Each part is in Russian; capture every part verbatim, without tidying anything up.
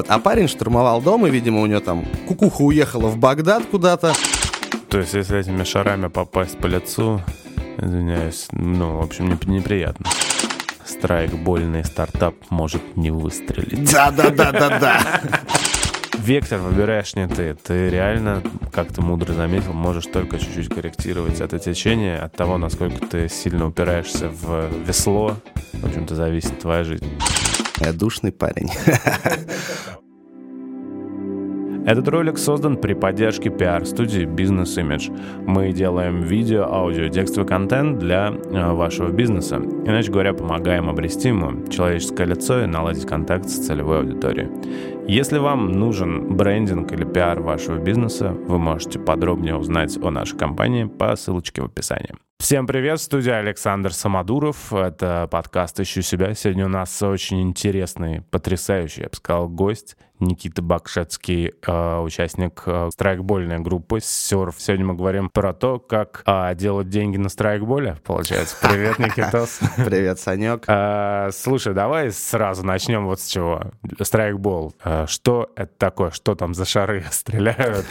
Вот. А парень штурмовал дом, и, видимо, у него там кукуха уехала в Багдад куда-то. То есть, если этими шарами попасть по лицу, извиняюсь, ну, в общем, неприятно. Страйкбольный стартап может не выстрелить. Да-да-да-да-да. Вектор выбираешь не ты. Ты реально, как ты мудро заметил, можешь только чуть-чуть корректировать это течение от того, насколько ты сильно упираешься в весло. В общем-то, зависит твоя жизнь. Я душный парень. Этот ролик создан при поддержке пиар-студии Business Image. Мы делаем видео, аудио, текстовый контент для э, вашего бизнеса. Иначе говоря, помогаем обрести ему человеческое лицо и наладить контакт с целевой аудиторией. Если вам нужен брендинг или пиар вашего бизнеса, вы можете подробнее узнать о нашей компании по ссылочке в описании. Всем привет, в студии Александр Самодуров. Это подкаст «Ищу себя». Сегодня у нас очень интересный, потрясающий, я бы сказал, гость. Никита Бакшецкий, э, участник э, страйкбольной группы «Серф». Сегодня мы говорим про то, как э, делать деньги на страйкболе, получается. Привет, Никитос. Привет, Санек. Э, слушай, давай сразу начнем вот с чего. Страйкбол. Э, что это такое? Что там за шары стреляют?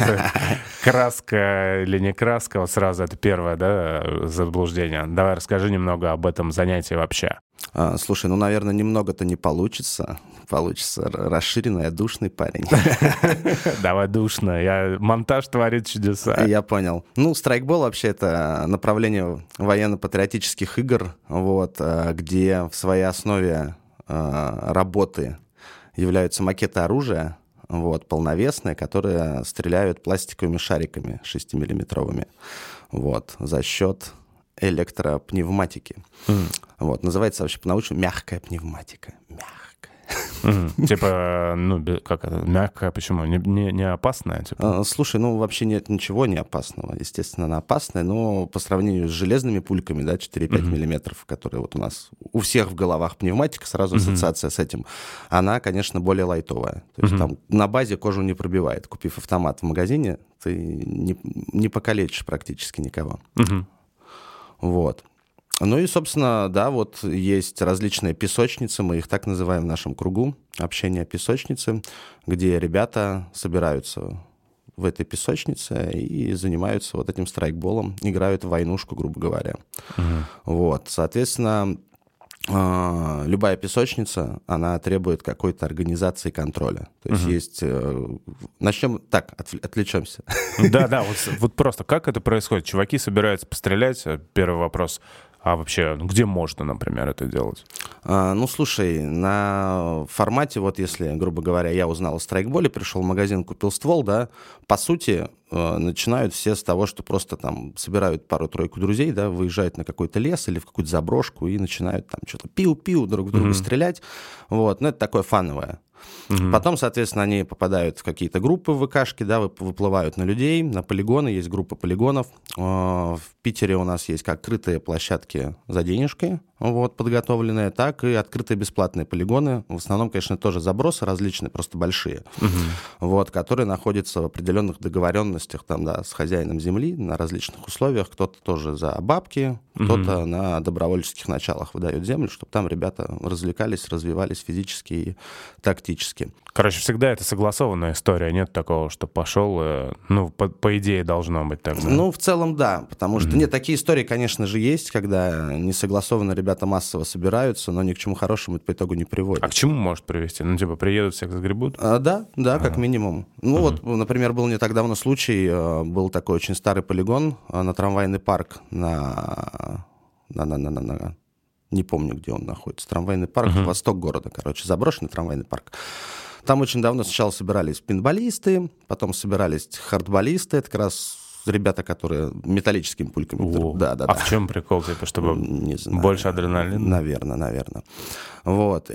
Краска или не краска? Вот сразу это первое, да, заблуждение. Давай расскажи немного об этом занятии вообще. А, слушай, ну, наверное, немного-то не получится. Получится расширенный, я душный парень. Давай душно. Я... Монтаж творит чудеса. Я понял. Ну, страйкбол вообще это направление военно-патриотических игр, вот, где в своей основе работы являются макеты оружия, вот, полновесные, которые стреляют пластиковыми шариками шестимиллиметровыми, вот, за счет электропневматики. Mm. Вот, называется вообще по-научному мягкая пневматика. Мягкая. Mm. Типа, ну, как это, мягкая, почему? Не, не, не опасная? Типа? А, слушай, ну, вообще нет ничего не опасного. Естественно, она опасная, но по сравнению с железными пульками, да, четыре-пять mm-hmm. миллиметров, которые вот у нас у всех в головах пневматика, сразу mm-hmm. ассоциация с этим, она, конечно, более лайтовая. То есть mm-hmm. там на базе кожу не пробивает. Купив автомат в магазине, ты не, не покалечишь практически никого. Mm-hmm. Вот. Ну и, собственно, да, вот есть различные песочницы, мы их так называем в нашем кругу, общение песочницы, где ребята собираются в этой песочнице и занимаются вот этим страйкболом, играют в войнушку, грубо говоря. Угу. Вот, соответственно, любая песочница, она требует какой-то организации и контроля. То есть угу. есть... Начнем... Так, отвлечемся. Да-да, вот, вот просто как это происходит? Чуваки собираются пострелять, первый вопрос. А вообще, где можно, например, это делать? А, ну, слушай, на формате, вот если, грубо говоря, я узнал о страйкболе, пришел в магазин, купил ствол, да, по сути, начинают все с того, что просто там собирают пару-тройку друзей, да, выезжают на какой-то лес или в какую-то заброшку и начинают там что-то пиу-пиу друг в друга mm-hmm. стрелять. Вот, ну, это такое фановое. Mm-hmm. Потом, соответственно, они попадают в какие-то группы в ВКшки, да, выплывают на людей, на полигоны, есть группа полигонов. В Питере у нас есть как открытые площадки за денежки, вот, подготовленные, так и открытые бесплатные полигоны. В основном, конечно, тоже забросы различные, просто большие, mm-hmm. вот, которые находятся в определенных договоренностях там, да, с хозяином земли на различных условиях. Кто-то тоже за бабки, mm-hmm. кто-то на добровольческих началах выдает землю, чтобы там ребята развлекались, развивались физически и тактически. Короче, всегда это согласованная история, нет такого, что пошел, ну, по, по идее, должно быть так. Да? Ну, в целом, да, потому что, mm-hmm. нет, такие истории, конечно же, есть, когда несогласованно ребята массово собираются, но ни к чему хорошему это по итогу не приводит. А к чему может привести? Ну, типа, приедут, всех загребут? А, да, да, ага. как минимум. Ну, uh-huh. вот, например, был не так давно случай, был такой очень старый полигон на трамвайный парк на... на, на, на, на, на... Не помню, где он находится. Трамвайный парк, uh-huh. восток города, короче, заброшенный трамвайный парк. Там очень давно сначала собирались пейнтболисты, потом собирались хардболисты, это как раз ребята, которые металлическими пульками. О, да, да, а да. в чем прикол? Типа, чтобы не знаю, больше адреналина? Наверное, наверное. Вот.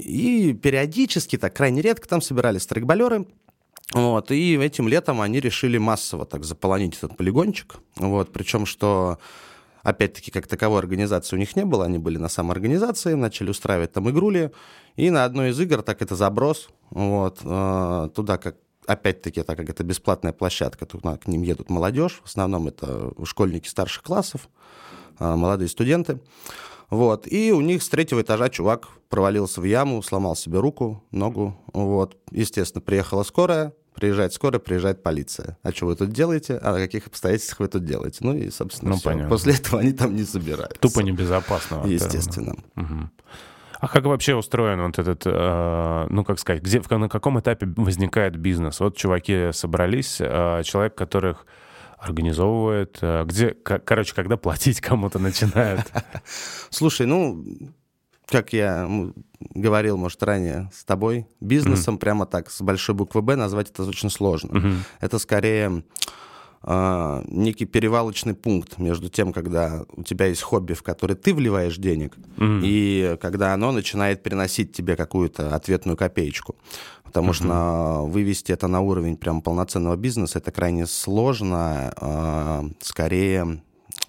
И периодически, так крайне редко, там собирались страйкболеры. Вот. И этим летом они решили массово так заполонить этот полигончик. Вот. Причем, что... Опять-таки, как таковой организации у них не было, они были на самоорганизации, начали устраивать там игрули, и на одной из игр, так это заброс, вот, туда, как, опять-таки, так как это бесплатная площадка, туда к ним едут молодежь, в основном это школьники старших классов, молодые студенты, Вот. И у них с третьего этажа чувак провалился в яму, сломал себе руку, ногу. Вот. Естественно, приехала скорая, приезжает скорая, приезжает полиция. А что вы тут делаете? А на каких обстоятельствах вы тут делаете? Ну и, собственно, ну, все. Понятно. После этого они там не собираются. Тупо небезопасно. Естественно. Угу. А как вообще устроен вот этот, э, ну, как сказать, где, на каком этапе возникает бизнес? Вот чуваки собрались, э, человек, которых организовывает, э, где, к- короче, когда платить кому-то начинают? Слушай, ну, как я говорил, может, ранее с тобой, бизнесом mm-hmm. прямо так, с большой буквы «Б» назвать это очень сложно. Mm-hmm. Это скорее э, некий перевалочный пункт между тем, когда у тебя есть хобби, в которое ты вливаешь денег, mm-hmm. и когда оно начинает приносить тебе какую-то ответную копеечку. Потому mm-hmm. что вывести это на уровень прям полноценного бизнеса, это крайне сложно, э, скорее...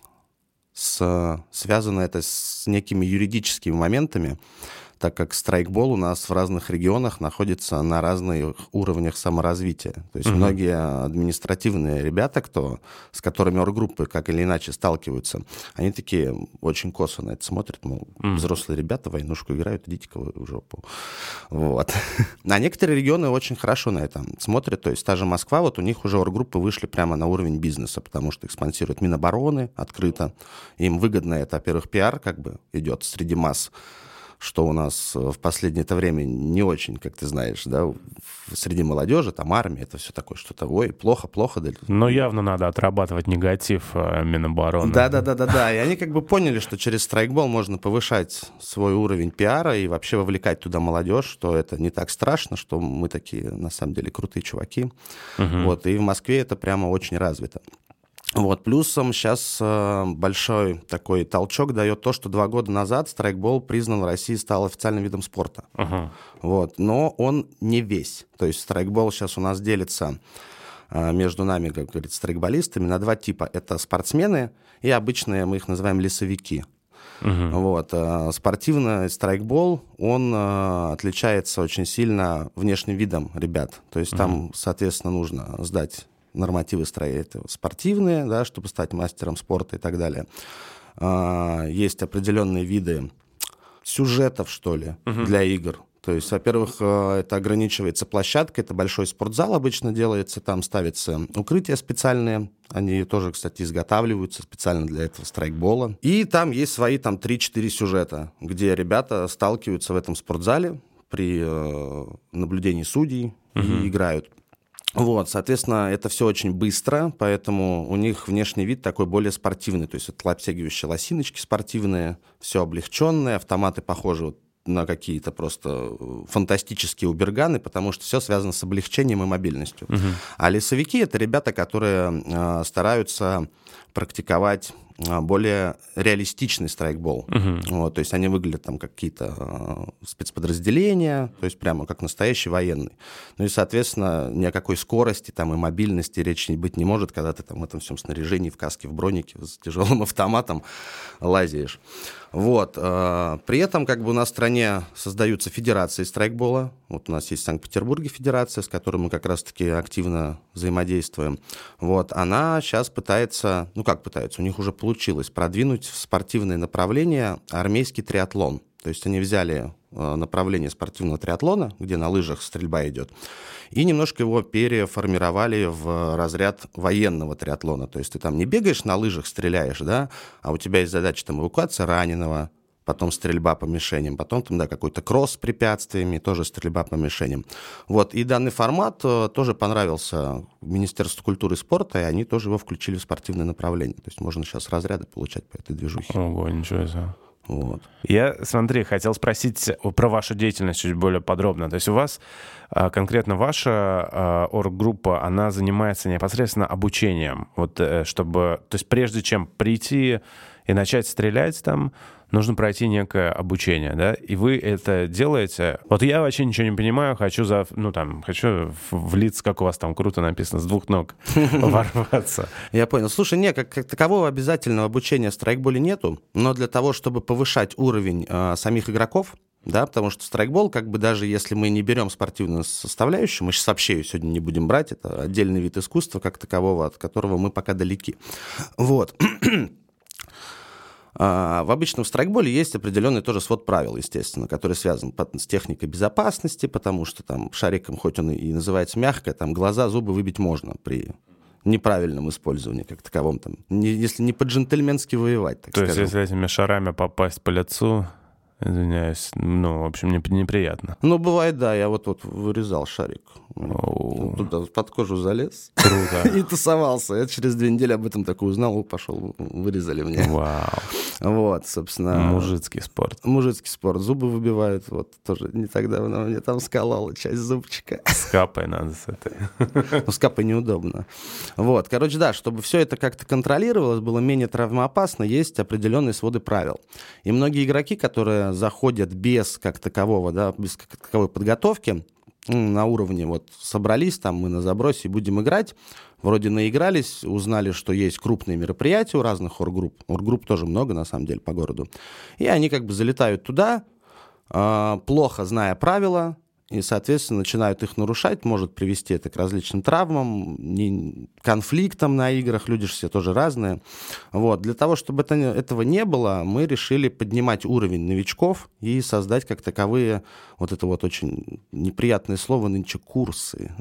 С, связано это с некими юридическими моментами, так как страйкбол у нас в разных регионах находится на разных уровнях саморазвития. То есть mm-hmm. многие административные ребята, кто, с которыми оргруппы как или иначе сталкиваются, они такие очень косо на это смотрят, мол, mm-hmm. взрослые ребята в войнушку играют, идите-ка вы в жопу. Вот. А некоторые регионы очень хорошо на это смотрят. То есть та же Москва, вот у них уже оргруппы вышли прямо на уровень бизнеса, потому что их спонсирует Минобороны открыто. Им выгодно это, во-первых, пиар как бы идет среди масс, что у нас в последнее это время не очень, как ты знаешь, да, среди молодежи, там армия, это все такое что-то, ой, плохо, плохо. Да. Но явно надо отрабатывать негатив Минобороны. Да-да-да-да-да, и они как бы поняли, что через страйкбол можно повышать свой уровень пиара и вообще вовлекать туда молодежь, что это не так страшно, что мы такие, на самом деле, крутые чуваки. Угу. Вот, и в Москве это прямо очень развито. Вот, плюсом сейчас э, большой такой толчок дает то, что два года назад страйкбол признан в России, стал официальным видом спорта. Uh-huh. Вот, но он не весь. То есть страйкбол сейчас у нас делится э, между нами, как говорится, страйкболистами на два типа. Это спортсмены и обычные, мы их называем лесовики. Uh-huh. Вот, э, спортивный страйкбол, он э, отличается очень сильно внешним видом ребят. То есть uh-huh. там, соответственно, нужно сдать... нормативы строят спортивные, да, чтобы стать мастером спорта и так далее. А, есть определенные виды сюжетов, что ли, uh-huh. для игр. То есть, во-первых, это ограничивается площадкой, это большой спортзал обычно делается, там ставятся укрытия специальные, они тоже, кстати, изготавливаются специально для этого страйкбола. И там есть свои там три-четыре сюжета, где ребята сталкиваются в этом спортзале при э, наблюдении судей uh-huh. и играют. Вот, соответственно, это все очень быстро, поэтому у них внешний вид такой более спортивный, то есть это обтягивающие лосиночки спортивные, все облегченные, автоматы похожи вот на какие-то просто фантастические уберганы, потому что все связано с облегчением и мобильностью. Uh-huh. А лесовики — это ребята, которые э, стараются практиковать более реалистичный страйкбол. Uh-huh. Вот, то есть они выглядят там как какие-то э, спецподразделения, то есть прямо как настоящий военный. Ну и, соответственно, ни о какой скорости там, и мобильности речи быть не может, когда ты там в этом всем снаряжении, в каске, в бронике, с тяжелым автоматом лазишь. Вот. Э, при этом как бы у нас в стране создаются федерации страйкбола. Вот у нас есть в Санкт-Петербурге федерация, с которой мы как раз-таки активно взаимодействуем. Вот. Она сейчас пытается, ну как пытается, у них уже получилось продвинуть в спортивное направление армейский триатлон. То есть они взяли направление спортивного триатлона, где на лыжах стрельба идет, и немножко его переформировали в разряд военного триатлона. То есть ты там не бегаешь на лыжах, стреляешь, да, а у тебя есть задача там эвакуация раненого, потом стрельба по мишеням, потом там, да, какой-то кросс с препятствиями, тоже стрельба по мишеням. Вот, и данный формат тоже понравился Министерству культуры и спорта, и они тоже его включили в спортивное направление. То есть можно сейчас разряды получать по этой движухе. Ого, ничего себе. Вот. Я, смотри, хотел спросить про вашу деятельность чуть более подробно. То есть у вас, конкретно ваша орггруппа, она занимается непосредственно обучением, вот, чтобы, то есть прежде чем прийти и начать стрелять там, нужно пройти некое обучение, да, и вы это делаете. Вот я вообще ничего не понимаю, хочу за, ну там, хочу влиться, как у вас там круто написано, с двух ног ворваться. Я понял. Слушай, нет, как, как такового обязательного обучения в страйкболе нету, но для того, чтобы повышать уровень э, самих игроков, да, потому что страйкбол, как бы даже если мы не берем спортивную составляющую, мы сейчас вообще ее сегодня не будем брать, это отдельный вид искусства как такового, от которого мы пока далеки. Вот. А, в обычном страйкболе есть определенный тоже свод правил, естественно, который связан с техникой безопасности, потому что там шариком, хоть он и называется мягко, там глаза, зубы выбить можно при неправильном использовании как таковом, там, не, если не по-джентльменски воевать, так То скажем. есть, если этими шарами попасть по лицу, извиняюсь, ну, в общем, неприятно. Ну, бывает, да, я вот, вот вырезал шарик. Oh. Туда под кожу залез. Круто. И тусовался. Я через две недели об этом такой узнал, пошел, вырезали мне. Вау. Вот, собственно. Мужицкий спорт. Мужицкий спорт. Зубы выбивают. Вот тоже не так давно мне там сколола часть зубчика. С капой надо с этой. Ну, с капой неудобно. Вот, короче, да, чтобы все это как-то контролировалось, было менее травмоопасно, есть определенные своды правил. И многие игроки, которые заходят без как такового, да, без как таковой подготовки, на уровне вот собрались, там мы на забросе будем играть, вроде наигрались, узнали, что есть крупные мероприятия у разных оргрупп, оргрупп тоже много на самом деле по городу, и они как бы залетают туда, плохо зная правила, и, соответственно, начинают их нарушать, может привести это к различным травмам, конфликтам на играх, люди же все тоже разные. Вот. Для того, чтобы это, этого не было, мы решили поднимать уровень новичков и создать как таковые, вот это вот очень неприятное слово нынче, курсы.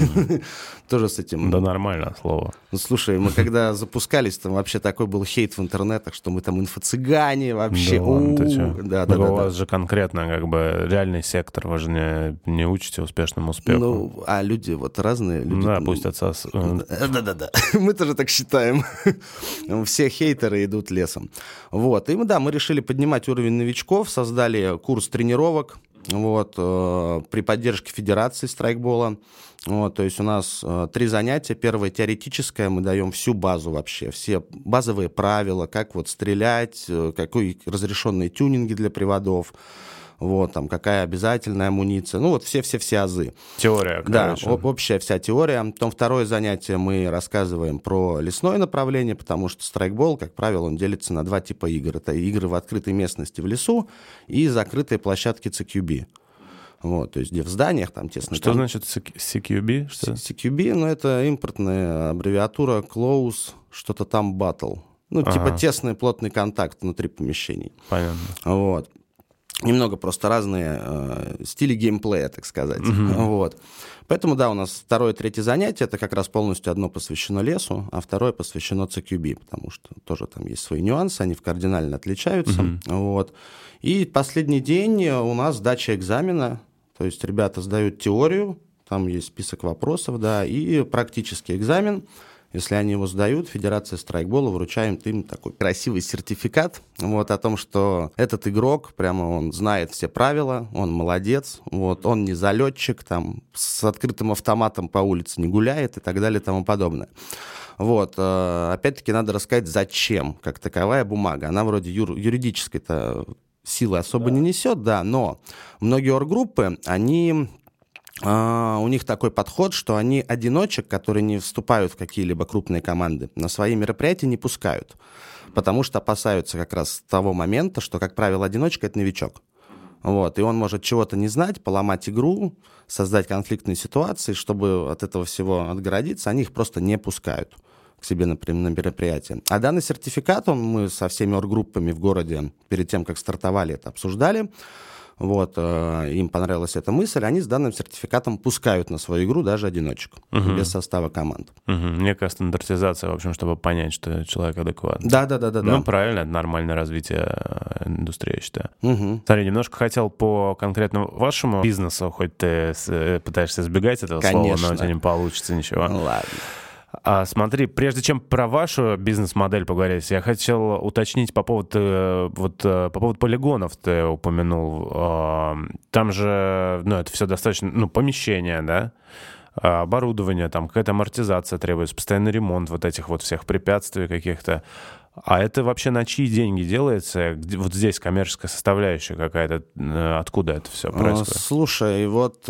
Тоже с этим... Да нормальное слово. Слушай, мы когда запускались, там вообще такой был хейт в интернетах, что мы там инфо-цыгане вообще. Да, да, у вас же конкретно как бы реальный сектор, вы же не... не учите успешному успеху. Ну, а люди вот разные. Люди... Да, пусть отца... Да-да-да, мы тоже так считаем. Все хейтеры идут лесом. Вот, и мы, да, мы решили поднимать уровень новичков, создали курс тренировок, вот, э, при поддержке Федерации страйкбола. Вот, то есть у нас э, три занятия. Первое теоретическое, мы даем всю базу вообще, все базовые правила, как вот стрелять, э, какие разрешенные тюнинги для приводов, вот, там, какая обязательная амуниция, ну, вот все-все-все азы. Теория, короче. Да, общая вся теория. Потом второе занятие мы рассказываем про лесное направление, потому что страйкбол, как правило, он делится на два типа игр. Это игры в открытой местности в лесу и закрытые площадки си кью би. Вот, то есть где в зданиях там тесно. Что там... значит си кью би? Что? си кью би, ну, это импортная аббревиатура Close, что-то там Battle. Ну, ага. Типа тесный плотный контакт внутри помещений. Понятно. Вот. Немного просто разные э, стили геймплея, так сказать. Uh-huh. Вот. Поэтому, да, у нас второе и третье занятие, это как раз полностью одно посвящено лесу, а второе посвящено си кью би, потому что тоже там есть свои нюансы, они кардинально отличаются. Uh-huh. Вот. И последний день у нас сдача экзамена, то есть ребята сдают теорию, там есть список вопросов, да, и практический экзамен. Если они его сдают, Федерация страйкбола вручает им такой красивый сертификат вот, о том, что этот игрок, прямо он знает все правила, он молодец, вот, он не залетчик, там, с открытым автоматом по улице не гуляет и так далее и тому подобное. Вот, опять-таки надо рассказать, зачем, как таковая бумага. Она вроде юр- юридической-то силы особо да. не несет, да, но многие оргруппы, они... Uh, у них такой подход, что они одиночек, которые не вступают в какие-либо крупные команды, на свои мероприятия не пускают, потому что опасаются как раз того момента, что, как правило, одиночка — это новичок. Вот, и он может чего-то не знать, поломать игру, создать конфликтные ситуации, чтобы от этого всего отгородиться, они их просто не пускают к себе, например, на мероприятие. А данный сертификат, он, мы со всеми оргруппами в городе перед тем, как стартовали, это обсуждали. Вот, э, им понравилась эта мысль, они с данным сертификатом пускают на свою игру даже одиночек, uh-huh. без состава команд. Uh-huh. Некая стандартизация, в общем, чтобы понять, что человек адекватный. Да-да-да. Ну, правильно, это нормальное развитие индустрии, я считаю. Uh-huh. Смотри, немножко хотел по конкретно вашему бизнесу, хоть ты пытаешься избегать этого Конечно. слова, но у тебя не получится ничего. Ну, ладно. А, смотри, прежде чем про вашу бизнес-модель поговорить, я хотел уточнить по поводу, вот, по поводу полигонов ты упомянул. Там же, ну, это все достаточно, ну, помещение, да, оборудование, там какая-то амортизация требуется, постоянный ремонт вот этих вот всех препятствий каких-то. А это вообще на чьи деньги делается? Вот здесь коммерческая составляющая какая-то, откуда это все происходит? Слушай, вот...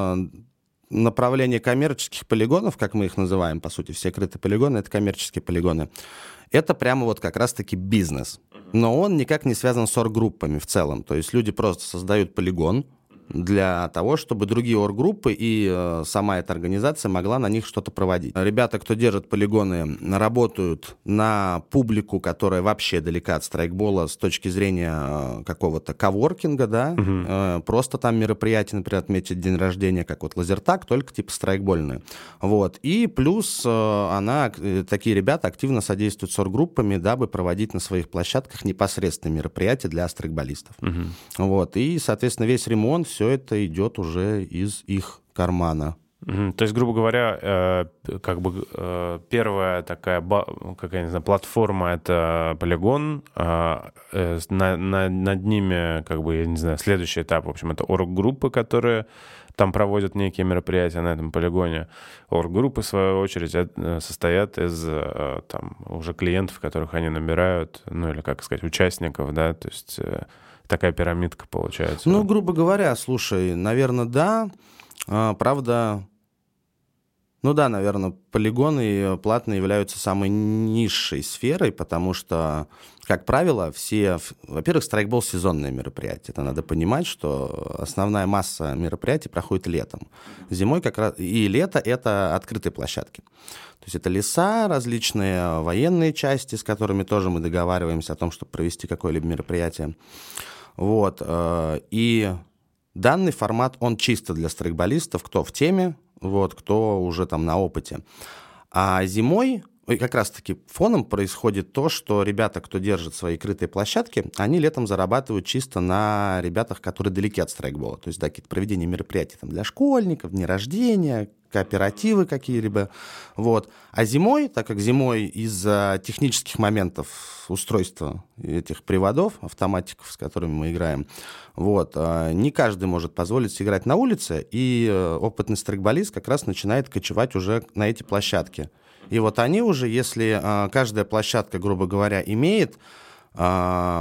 Направление коммерческих полигонов, как мы их называем, по сути, все крытые полигоны — это коммерческие полигоны. Это прямо вот как раз-таки бизнес. Но он никак не связан с оргруппами в целом. То есть люди просто создают полигон, для того, чтобы другие орггруппы и э, сама эта организация могла на них что-то проводить. Ребята, кто держит полигоны, работают на публику, которая вообще далека от страйкбола с точки зрения э, какого-то коворкинга, да, угу. э, просто там мероприятие, например, отметить день рождения, как вот лазертаг, только типа страйкбольные. Вот. И плюс э, она, э, такие ребята активно содействуют с орггруппами, дабы проводить на своих площадках непосредственные мероприятия для страйкболистов. Угу. Вот. И, соответственно, весь ремонт, все это идет уже из их кармана. Mm-hmm. То есть, грубо говоря, э, как бы э, первая такая, как я не знаю, платформа — это полигон, э, э, на, на, над ними, как бы, я не знаю, следующий этап, в общем, это орггруппы, которые там проводят некие мероприятия на этом полигоне. Орггруппы, в свою очередь, состоят из э, там уже клиентов, которых они набирают, ну или, как сказать, участников, да, то есть... Э, такая пирамидка получается. Ну, грубо говоря, слушай, наверное, да. А, правда, ну да, наверное, полигоны платные являются самой низшей сферой, потому что, как правило, все... Во-первых, страйкбол — сезонное мероприятие. Это надо понимать, что основная масса мероприятий проходит летом. Зимой как раз... И лето — это открытые площадки. То есть это леса, различные военные части, с которыми тоже мы договариваемся о том, чтобы провести какое-либо мероприятие. Вот. И данный формат, он чисто для страйкболистов, кто в теме, вот, кто уже там на опыте. А зимой как раз-таки фоном происходит то, что ребята, кто держит свои крытые площадки, они летом зарабатывают чисто на ребятах, которые далеки от страйкбола. То есть, да, какие-то проведения мероприятий там, для школьников, дни рождения, кооперативы какие-либо. Вот. А зимой, так как зимой из-за технических моментов устройства этих приводов, автоматиков, с которыми мы играем, вот, не каждый может позволить себе играть на улице, и опытный страйкболист как раз начинает кочевать уже на эти площадки. И вот они уже, если а, каждая площадка, грубо говоря, имеет а,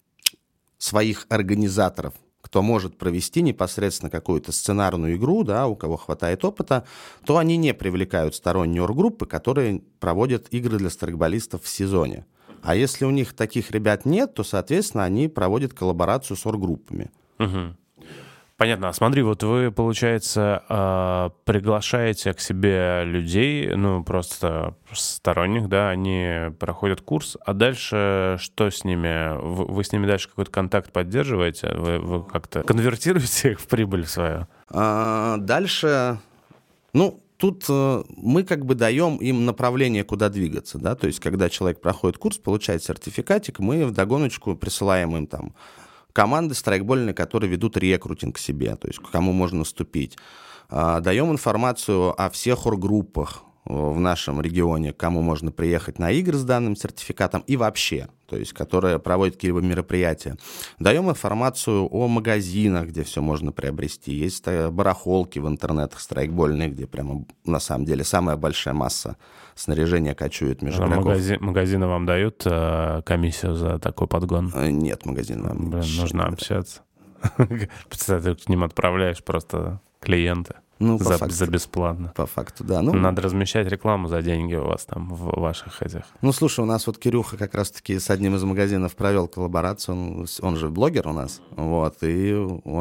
своих организаторов, кто может провести непосредственно какую-то сценарную игру, да, у кого хватает опыта, то они не привлекают сторонние орггруппы, которые проводят игры для страйкболистов в сезоне. А если у них таких ребят нет, то, соответственно, они проводят коллаборацию с орггруппами. Угу. Понятно. Смотри, вот вы, получается, приглашаете к себе людей, ну, просто сторонних, да, они проходят курс, а дальше что с ними? Вы, вы с ними дальше какой-то контакт поддерживаете? Вы, вы как-то конвертируете их в прибыль свою? А, дальше, ну, тут мы как бы даем им направление, куда двигаться, да, то есть когда человек проходит курс, получает сертификатик, мы вдогоночку присылаем им там команды страйкбольные, которые ведут рекрутинг к себе, то есть к кому можно вступить. Даем информацию о всех орггруппах в нашем регионе, к кому можно приехать на игры с данным сертификатом и вообще, то есть которые проводят какие-либо мероприятия. Даем информацию о магазинах, где все можно приобрести. Есть барахолки в интернетах страйкбольные, где прямо на самом деле самая большая масса снаряжения кочует между игроков. Магази- магазины вам дают э, комиссию за такой подгон? Нет, магазин вам. Блин, нужно общаться. Представляешь, ты к ним отправляешь просто клиенты. Ну, за, факту, за бесплатно. По факту, да. Ну, надо размещать рекламу за деньги у вас там, в ваших этих. Ну, слушай, у нас вот Кирюха как раз-таки с одним из магазинов провел коллаборацию, он, он же блогер у нас, вот, и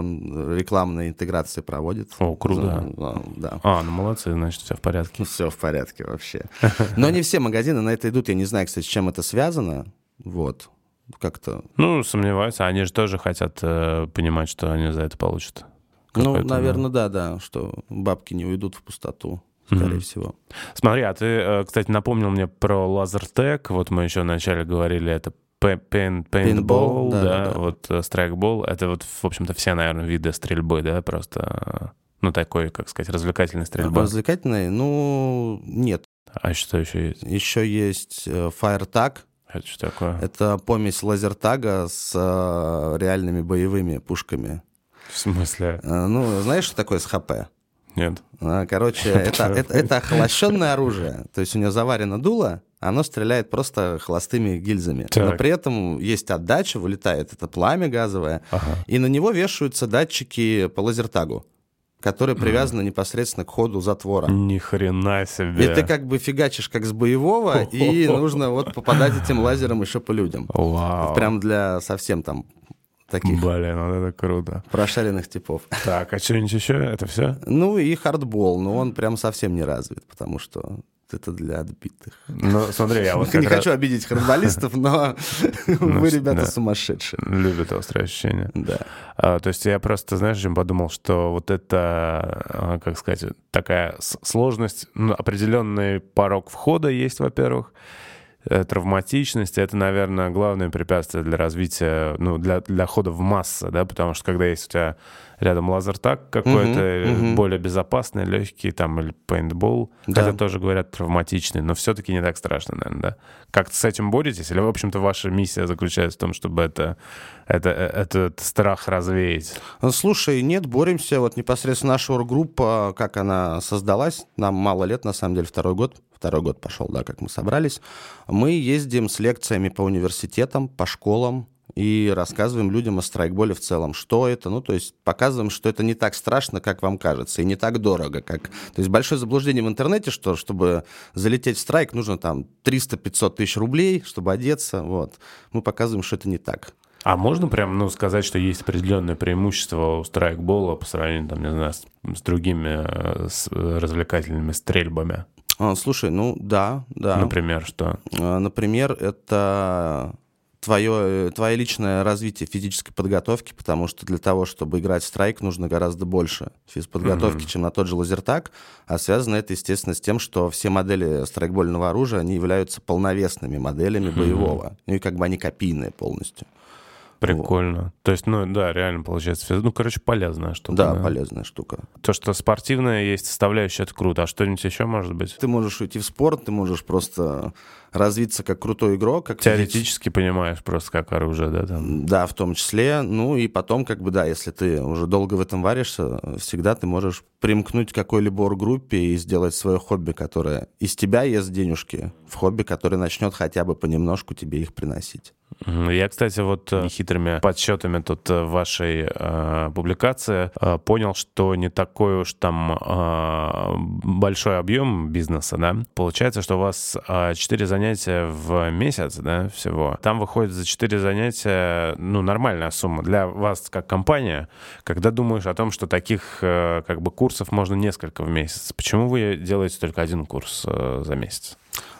он рекламные интеграции проводит. О, круто. Да. да. А, ну молодцы, значит, все в порядке. Все в порядке вообще. Но не все магазины на это идут, я не знаю, кстати, с чем это связано, вот, как-то. Ну, сомневаюсь, они же тоже хотят э, понимать, что они за это получат. Ну, наверное, да, да, что бабки не уйдут в пустоту, скорее mm-hmm. всего. Смотри, а ты, кстати, напомнил мне про лазертаг. Вот мы еще вначале говорили, это пейнтбол, Paintball, да, да, да, вот страйкбол. Это вот, в общем-то, все, наверное, виды стрельбы, да, просто, ну, такой, как сказать, развлекательной стрельбы. Развлекательной? Ну, нет. А что еще есть? Еще есть FireTag. Это что такое? Это помесь лазертага с реальными боевыми пушками. В смысле? Ну, знаешь, что такое СХП? Нет. Короче, это, это, это охлащенное оружие. То есть у него заварено дуло, оно стреляет просто холостыми гильзами. Так. Но при этом есть отдача, вылетает это пламя газовое, ага. и на него вешаются датчики по лазертагу, которые привязаны mm. непосредственно к ходу затвора. Ни хрена себе. И ты как бы фигачишь как с боевого, и нужно вот попадать этим лазером еще по людям. Вау. Прям для совсем там таких. Блин, вот это круто. Прошаренных типов. Так, а что-нибудь еще? Это все? Ну и хардбол, но он прям совсем не развит, потому что это для отбитых. Ну, смотри, я вот Не как хочу раз... обидеть хардболистов, но вы, ребята, сумасшедшие. Любят острые ощущения. Да. А, то есть я просто, знаешь, чем подумал, что вот это, как сказать, такая сложность, ну, определенный порог входа есть, во-первых, травматичность — это, наверное, главное препятствие для развития, ну, для, для хода в массы, да, потому что когда есть у тебя рядом лазертаг какой-то, uh-huh, uh-huh. более безопасный, легкий, там, или пейнтбол, да. Хотя тоже говорят травматичный, но все-таки не так страшно, наверное, да? Как-то с этим боретесь? Или, в общем-то, ваша миссия заключается в том, чтобы это, это, этот страх развеять? Слушай, нет, боремся. Вот непосредственно наша оргруппа, как она создалась, нам мало лет, на самом деле, второй год. Второй год пошел, да, как мы собрались. Мы ездим с лекциями по университетам, по школам и рассказываем людям о страйкболе в целом. Что это? Ну, то есть показываем, что это не так страшно, как вам кажется, и не так дорого, как... То есть большое заблуждение в интернете, что чтобы залететь в страйк, нужно там триста-пятьсот тысяч рублей, чтобы одеться. Вот. Мы показываем, что это не так. А можно прям, ну, сказать, что есть определенное преимущество у страйкбола по сравнению, там, не знаю, с, с другими с развлекательными стрельбами? Слушай, ну да, да. Например, что? Например, это твое, твое личное развитие физической подготовки, потому что для того, чтобы играть в страйк, нужно гораздо больше физподготовки, mm-hmm. чем на тот же лазертаг. А связано это, естественно, с тем, что все модели страйкбольного оружия, они являются полновесными моделями mm-hmm. боевого. Ну и как бы они копийные полностью. Прикольно. Вот. То есть, ну да, реально получается. Ну, короче, полезная штука. Да, да, полезная штука. То, что спортивная есть составляющая, это круто. А что-нибудь еще может быть? Ты можешь уйти в спорт, ты можешь просто развиться как крутой игрок. Как теоретически физически понимаешь просто как оружие, да? Там. Да, в том числе. Ну и потом, как бы, да, если ты уже долго в этом варишься, всегда ты можешь примкнуть к какой-либо оргруппе и сделать свое хобби, которое из тебя ест денежки, в хобби, которое начнет хотя бы понемножку тебе их приносить. Я, кстати, вот хитрыми подсчетами тут вашей э, публикации э, понял, что не такой уж там э, большой объем бизнеса, да? Получается, что у вас э, четыре занятия в месяц, да, всего. Там выходит за четыре занятия, ну, нормальная сумма для вас как компания. Когда думаешь о том, что таких э, как бы курсов можно несколько в месяц, почему вы делаете только один курс э, за месяц?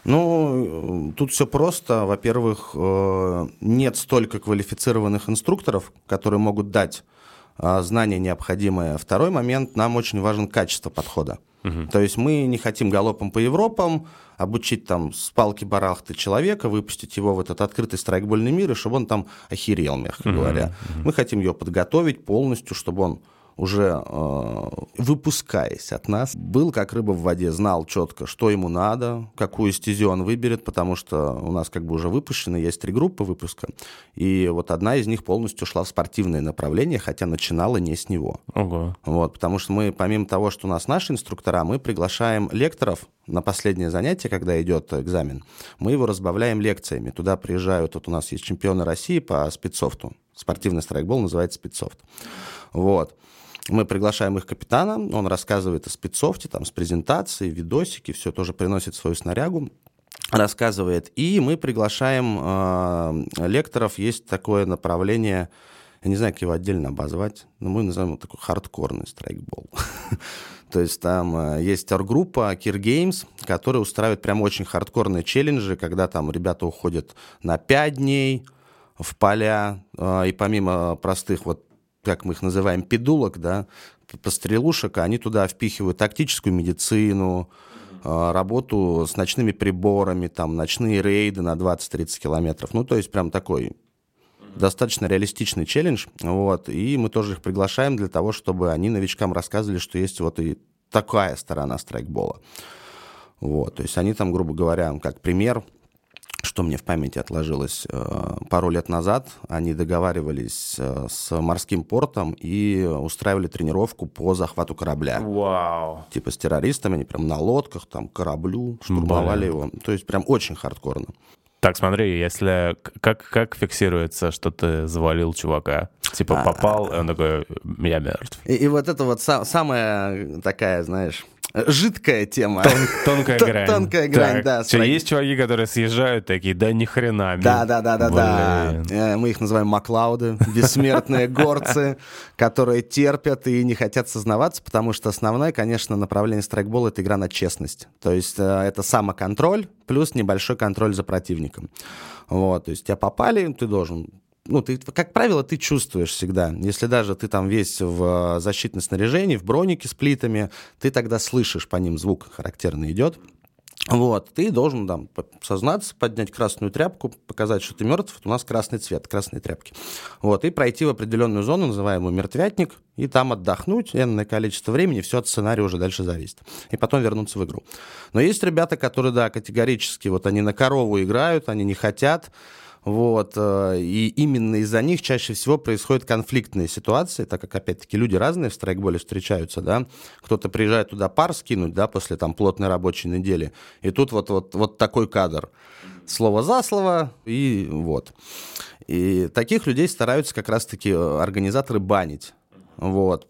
Ну, тут все просто. Во-первых, нет столько квалифицированных инструкторов, которые могут дать знания необходимые. Второй момент, нам очень важен качество подхода. Угу. То есть мы не хотим галопом по Европам обучить там с палки-барахты человека, выпустить его в этот открытый страйкбольный мир, и чтобы он там охерел, мягко угу. говоря. Угу. Мы хотим его подготовить полностью, чтобы он уже э, выпускаясь от нас, был как рыба в воде, знал четко, что ему надо, какую стезю он выберет, потому что у нас как бы уже выпущены, есть три группы выпуска, и вот одна из них полностью шла в спортивное направление, хотя начинала не с него. Ого. Вот, потому что мы, помимо того, что у нас наши инструктора, мы приглашаем лекторов на последнее занятие, когда идет экзамен, мы его разбавляем лекциями. Туда приезжают, вот у нас есть чемпионы России по спидсофту, спортивный страйкбол называется спидсофт. Вот. Мы приглашаем их капитана, он рассказывает о спидсофте, там, с презентацией, видосики, все тоже приносит свою снарягу, рассказывает. И мы приглашаем э, лекторов, есть такое направление, я не знаю, как его отдельно обозвать, но мы называем его такой хардкорный страйкбол. То есть там есть оргруппа Kir Games, которая устраивает прям очень хардкорные челленджи, когда там ребята уходят на пять дней в поля, э, и помимо простых вот, как мы их называем, пидулок, да, пострелушек, они туда впихивают тактическую медицину, работу с ночными приборами, там, ночные рейды на двадцать-тридцать километров. Ну, то есть прям такой достаточно реалистичный челлендж. Вот, и мы тоже их приглашаем для того, чтобы они новичкам рассказывали, что есть вот и такая сторона страйкбола. Вот, то есть они там, грубо говоря, как пример, что мне в памяти отложилось, пару лет назад они договаривались с морским портом и устраивали тренировку по захвату корабля. Вау. Типа с террористами, они прям на лодках, там, кораблю, штурмовали Блин. его. То есть прям очень хардкорно. Так, смотри, если... Как, как фиксируется, что ты завалил чувака? Типа попал, и он такой, я мертв. И, и вот это вот са- самая такая, знаешь... жидкая тема. Тон, тонкая грань. Тонкая грань, да. Что, есть чуваки, которые съезжают такие, да ни хрена. Да, да, да, да, да. Мы их называем Маклауды, бессмертные горцы, которые терпят и не хотят сознаваться, потому что основное, конечно, направление страйкбола — это игра на честность. То есть это самоконтроль плюс небольшой контроль за противником. Вот, то есть тебя попали, ты должен... Ну, ты, как правило, ты чувствуешь всегда. Если даже ты там весь в защитном снаряжении, в бронике с плитами, ты тогда слышишь по ним звук характерный идет. Вот, ты должен там сознаться, поднять красную тряпку, показать, что ты мертв. У нас красный цвет, красные тряпки. Вот, и пройти в определенную зону, называемую мертвятник, и там отдохнуть энное количество времени, все от сценария уже дальше зависит. И потом вернуться в игру. Но есть ребята, которые, да, категорически, вот они на корову играют, они не хотят. Вот, и именно из-за них чаще всего происходят конфликтные ситуации, так как, опять-таки, люди разные в страйкболе встречаются, да, кто-то приезжает туда пар скинуть, да, после там плотной рабочей недели, и тут вот, вот, вот такой кадр, слово за слово, и вот. И таких людей стараются как раз-таки организаторы банить, вот.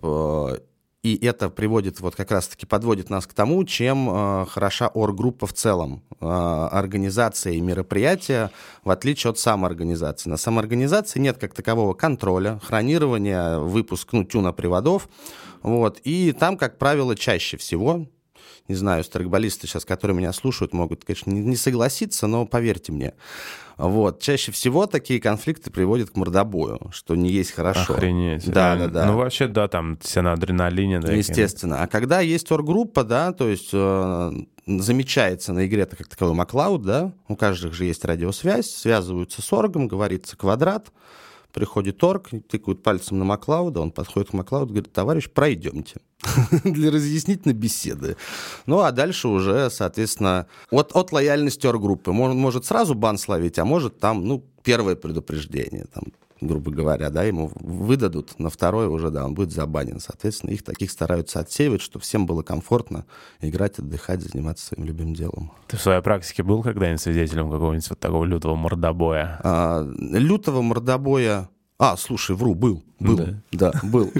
И это приводит, вот как раз-таки подводит нас к тому, чем э, хороша оргруппа в целом. Э, организация и мероприятия, в отличие от самоорганизации. На самоорганизации нет как такового контроля, хронирования, выпуск, ну, тюна приводов. Вот. И там, как правило, чаще всего, не знаю, страйкболисты сейчас, которые меня слушают, могут, конечно, не, не согласиться, но поверьте мне, вот, чаще всего такие конфликты приводят к мордобою, что не есть хорошо. Охренеть. Да, да, да. Ну, вообще, да, там все на адреналине. Да, естественно. А когда есть оргруппа, да, то есть э, замечается на игре как таковой Маклауд, да, у каждого же есть радиосвязь, связываются с оргом, говорится квадрат, приходит орг, тыкают пальцем на Маклауда, он подходит к Маклауду, говорит: товарищ, пройдемте. Для разъяснительной беседы. Ну, а дальше уже, соответственно, от, от лояльности оргруппы. Может, может сразу бан словить, а может там, ну, первое предупреждение, там, грубо говоря, да, ему выдадут, на второе уже, да, он будет забанен. Соответственно, их таких стараются отсеивать, чтобы всем было комфортно играть, отдыхать, заниматься своим любимым делом. Ты в своей практике был когда-нибудь свидетелем какого-нибудь вот такого лютого мордобоя? А, лютого мордобоя... А, слушай, вру, был. Был, да, да был.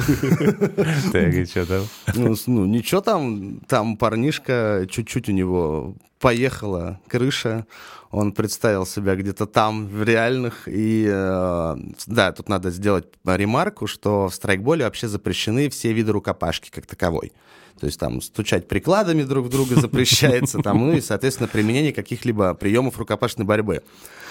Так, и что там? Ну, ну, ничего там, там парнишка, чуть-чуть у него поехала крыша, он представил себя где-то там, в реальных, и, э, да, тут надо сделать ремарку, что в страйкболе вообще запрещены все виды рукопашки как таковой. То есть там стучать прикладами друг в друга запрещается, там, ну и, соответственно, применение каких-либо приемов рукопашной борьбы.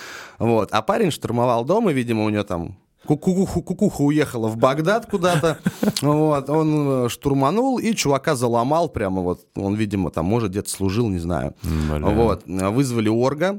Вот. А парень штурмовал дом, и, видимо, у него там Кукуха, кукуха уехала в Багдад куда-то, вот, он штурманул и чувака заломал прямо, вот, он, видимо, там, может, где-то служил, не знаю, Бля. Вот, вызвали орга,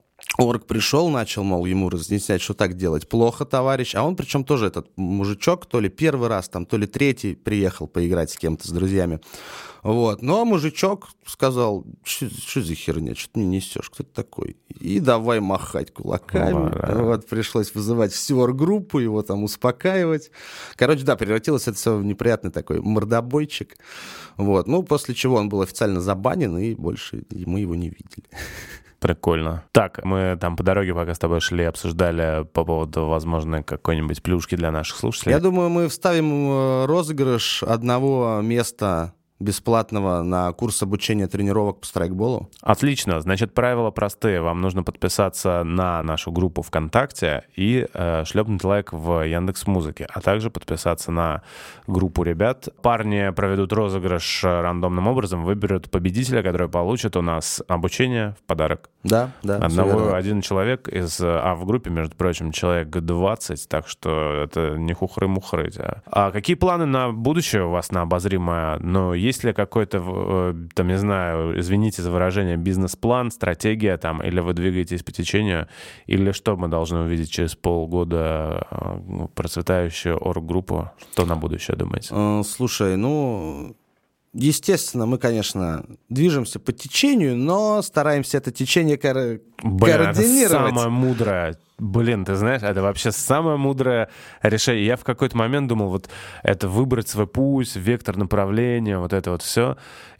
орг пришел, начал, мол, ему разъяснять, что так делать плохо, товарищ, а он, причем тоже этот мужичок, то ли первый раз, там, то ли третий приехал поиграть с кем-то, с друзьями, вот, ну, а мужичок сказал: что за херня, что ты мне несешь, кто ты такой? И давай махать кулаками. Ладно. Вот, пришлось вызывать всю оргруппу, его там успокаивать. Короче, да, превратилось это все в неприятный такой мордобойчик. Вот, ну, после чего он был официально забанен, и больше мы его не видели. Прикольно. Так, мы там по дороге, пока с тобой шли, обсуждали по поводу, возможно, какой-нибудь плюшки для наших слушателей. Я думаю, мы вставим розыгрыш одного места бесплатного на курс обучения тренировок по страйкболу. Отлично. Значит, правила простые. Вам нужно подписаться на нашу группу ВКонтакте и э, шлепнуть лайк в Яндекс.Музыке, а также подписаться на группу ребят. Парни проведут розыгрыш рандомным образом, выберут победителя, который получит у нас обучение в подарок. Да, да. Одного, один человек из... А в группе, между прочим, человек двадцать, так что это не хухры-мухры. А какие планы на будущее у вас, на обозримое? Ну, есть ли какой-то, там, не знаю, извините за выражение, бизнес-план, стратегия там, или вы двигаетесь по течению, или что мы должны увидеть через полгода процветающую орг-группу? Что на будущее думаете? Слушай, ну... Естественно, мы, конечно, движемся по течению, но стараемся это течение кор- Блин, координировать. Это самое мудрое. Блин, ты знаешь, это вообще самое мудрое решение. Я в какой-то момент думал, вот это выбрать свой путь, вектор направления, вот это вот все.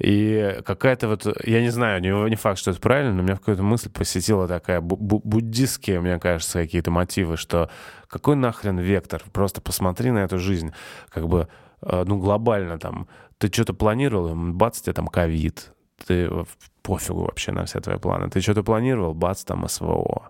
И какая-то вот, я не знаю, не, не факт, что это правильно, но меня в какую-то мысль посетила такая, бу- буддистские, мне кажется, какие-то мотивы, что какой нахрен вектор? Просто посмотри на эту жизнь. Как бы ну, глобально там, ты что-то планировал, бац, тебе там ковид, ты пофигу вообще на все твои планы. Ты что-то планировал, бац, там СВО.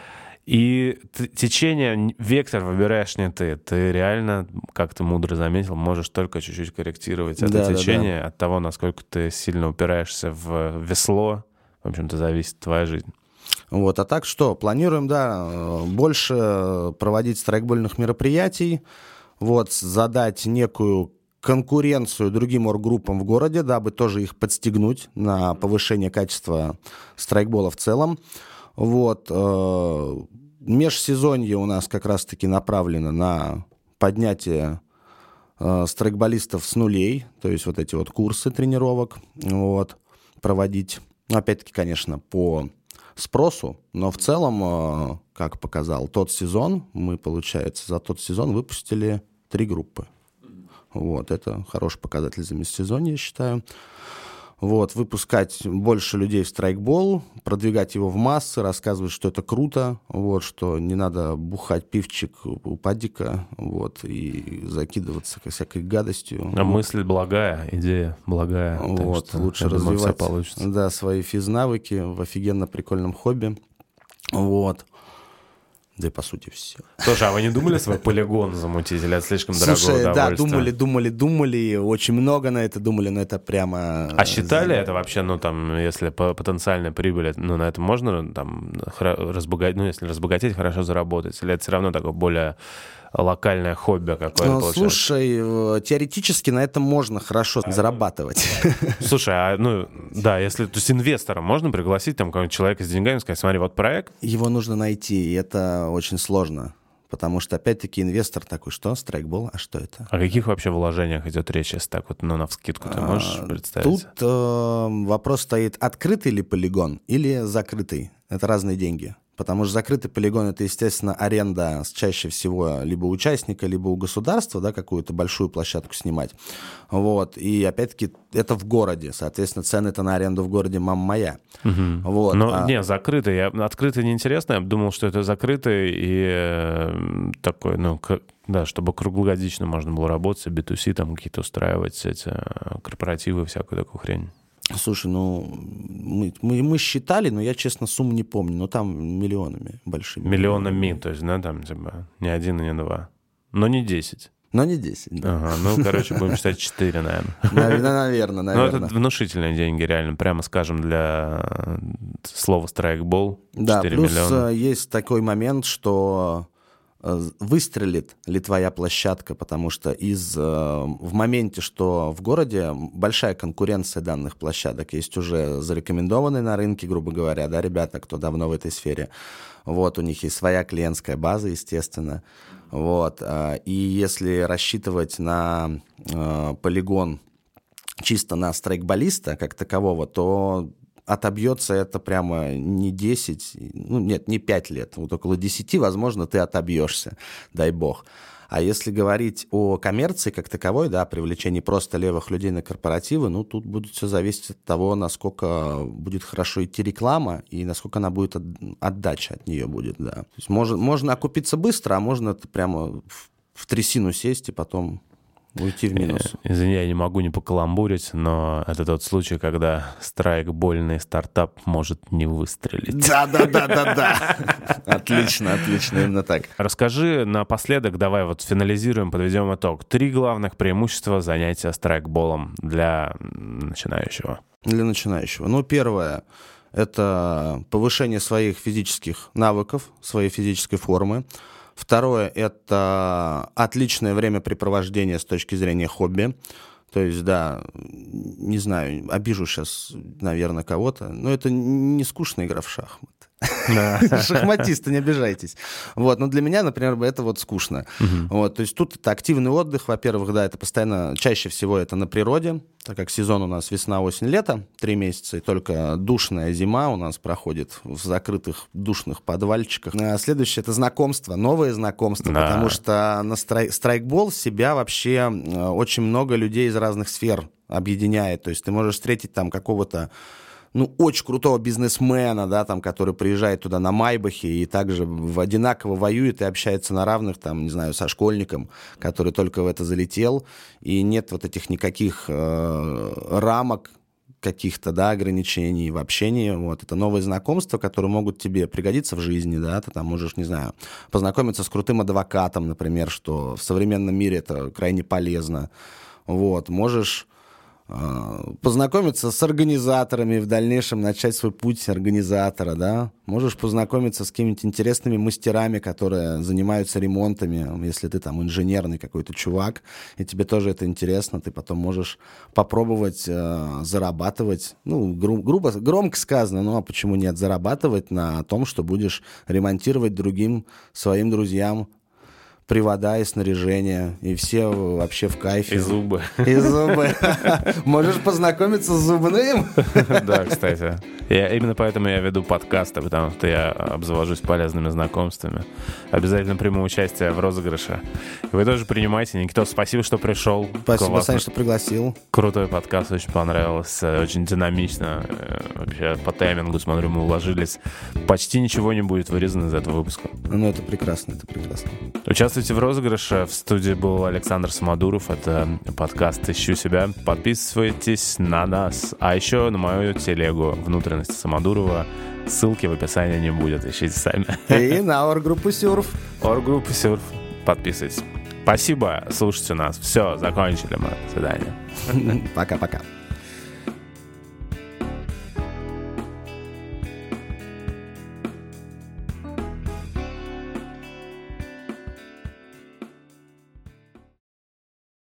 И течение, вектор выбираешь не ты. Ты реально, как ты мудро заметил, можешь только чуть-чуть корректировать это да, течение да, да. от того, насколько ты сильно упираешься в весло. В общем-то, зависит твоя жизнь. Вот, а так что? Планируем, да, больше проводить страйкбольных мероприятий, вот, задать некую конкуренцию другим орггруппам в городе, дабы тоже их подстегнуть на повышение качества страйкбола в целом. Вот, э, межсезонье у нас как раз-таки направлено на поднятие э, страйкболистов с нулей, то есть вот эти вот курсы тренировок, вот, проводить. Опять-таки, конечно, по спросу, но в целом, э, как показал тот сезон, мы, получается, за тот сезон выпустили три группы. Вот, это хороший показатель за межсезонье, я считаю. Вот, выпускать больше людей в страйкбол, продвигать его в массы, рассказывать, что это круто, вот, что не надо бухать пивчик у падика, вот, и закидываться всякой гадостью. А вот. Мысль благая, идея благая. Вот, что, лучше развивать да, свои физнавыки в офигенно прикольном хобби. Вот. Да и по сути все. Слушай, а вы не думали свой полигон замутить, или это слишком дорогое Слушай, удовольствие? Да, думали, думали, думали, очень много на это думали, но это прямо... А считали это вообще, ну там, если по потенциальной прибыли, ну на это можно там разбогатеть, ну если разбогатеть, хорошо заработать, или это все равно такое более локальное хобби какое-то ну, получается? Слушай, теоретически на этом можно хорошо а, зарабатывать. Слушай, а ну да, если, то есть инвестора можно пригласить там какого-нибудь человека с деньгами и сказать, смотри, вот проект? Его нужно найти, и это очень сложно. Потому что, опять-таки, инвестор такой, что, страйкбол, а что это? О каких вообще вложениях идет речь, если так вот, ну, навскидку ты можешь а, представить? Тут э, вопрос стоит, открытый ли полигон или закрытый? Это разные деньги. Потому что закрытый полигон — это, естественно, аренда чаще всего либо участника, либо у государства, да, какую-то большую площадку снимать. Вот. И, опять-таки, это в городе. Соответственно, цены-то на аренду в городе мама моя. Угу. Вот. Но, а... не, закрытый. Я, открытый неинтересно. Я думал, что это закрытый и э, такой, ну, к, да, чтобы круглогодично можно было работать, би ту си там какие-то устраивать, эти корпоративы, всякую такую хрень. Слушай, ну, мы, мы, мы считали, но я, честно, сумму не помню, но там миллионами большими. Миллионами, то есть, да, там, типа, не один и не два. Но не десять. Но не десять, да. Ага, ну, короче, будем считать четыре, наверное. Наверное, наверное. Ну, это внушительные деньги, реально, прямо скажем, для слова страйкбол. Да, плюс есть такой момент, что... выстрелит ли твоя площадка, потому что из, в моменте, что в городе большая конкуренция данных площадок, есть уже зарекомендованные на рынке, грубо говоря, да, ребята, кто давно в этой сфере, вот, у них есть своя клиентская база, естественно, вот, и если рассчитывать на полигон чисто на страйкболиста как такового, то отобьется это прямо не десять, ну нет, не пять лет, вот около десяти, возможно, ты отобьешься, дай бог. А если говорить о коммерции как таковой, да, привлечении просто левых людей на корпоративы, ну тут будет все зависеть от того, насколько будет хорошо идти реклама и насколько она будет, отдача от нее будет, да. То есть можно, можно окупиться быстро, а можно это прямо в, в трясину сесть и потом... уйти в минус. Извини, я не могу не покаламбурить, но это тот случай, когда страйкбольный стартап может не выстрелить. Да-да-да-да-да. Отлично, отлично, именно так. Расскажи напоследок, давай вот финализируем, подведем итог. Три главных преимущества занятия страйкболом для начинающего. Для начинающего. Ну, первое — это повышение своих физических навыков, своей физической формы. Второе — это отличное времяпрепровождение с точки зрения хобби. То есть, да, не знаю, обижу сейчас, наверное, кого-то, но это не скучная игра в шахматы. Шахматисты, не обижайтесь. Вот, но для меня, например, это вот скучно. Вот, то есть тут это активный отдых, во-первых, да, это постоянно, чаще всего это на природе, так как сезон у нас весна, осень, лето, три месяца, и только душная зима у нас проходит в закрытых душных подвальчиках. А следующее — это знакомство, новые знакомства, да. Потому что на страй- страйкбол себя вообще очень много людей из разных сфер объединяет. То есть ты можешь встретить там какого-то ну, очень крутого бизнесмена, да, там, который приезжает туда на Майбахе и также в одинаково воюет и общается на равных, там, не знаю, со школьником, который только в это залетел, и нет вот этих никаких э, рамок, каких-то, да, ограничений в общении. Вот. Это новые знакомства, которые могут тебе пригодиться в жизни, да, ты там можешь, не знаю, познакомиться с крутым адвокатом, например, что в современном мире это крайне полезно. Вот. Можешь познакомиться с организаторами, в дальнейшем начать свой путь организатора, да. Можешь познакомиться с какими-то интересными мастерами, которые занимаются ремонтами, если ты там инженерный какой-то чувак, и тебе тоже это интересно, ты потом можешь попробовать э, зарабатывать, ну, гру- грубо, громко сказано, ну, а почему нет, зарабатывать на том, что будешь ремонтировать другим своим друзьям привода и снаряжение, и все вообще в кайфе. И зубы. И зубы. Можешь познакомиться с зубным? Да, кстати. Я, именно поэтому я веду подкасты, потому что я обзавожусь полезными знакомствами. Обязательно приму участие в розыгрыше. Вы тоже принимайте. Никитос, спасибо, что пришел. Спасибо, Саня, что пригласил. Крутой подкаст, очень понравился. Очень динамично. Вообще по таймингу, смотрю, мы уложились. Почти ничего не будет вырезано из этого выпуска. Ну, это прекрасно, это прекрасно. Участвуйте в розыгрыше. В студии был Александр Самодуров. Это подкаст «Ищу себя». Подписывайтесь на нас. А еще на мою телегу «Внутренности Самодурова». Ссылки в описании не будет. Ищите сами. И на оргруппу Сюрф. Оргруппу Сюрф. Подписывайтесь. Спасибо. Слушайте нас. Все, закончили мы. До свидания. Пока-пока.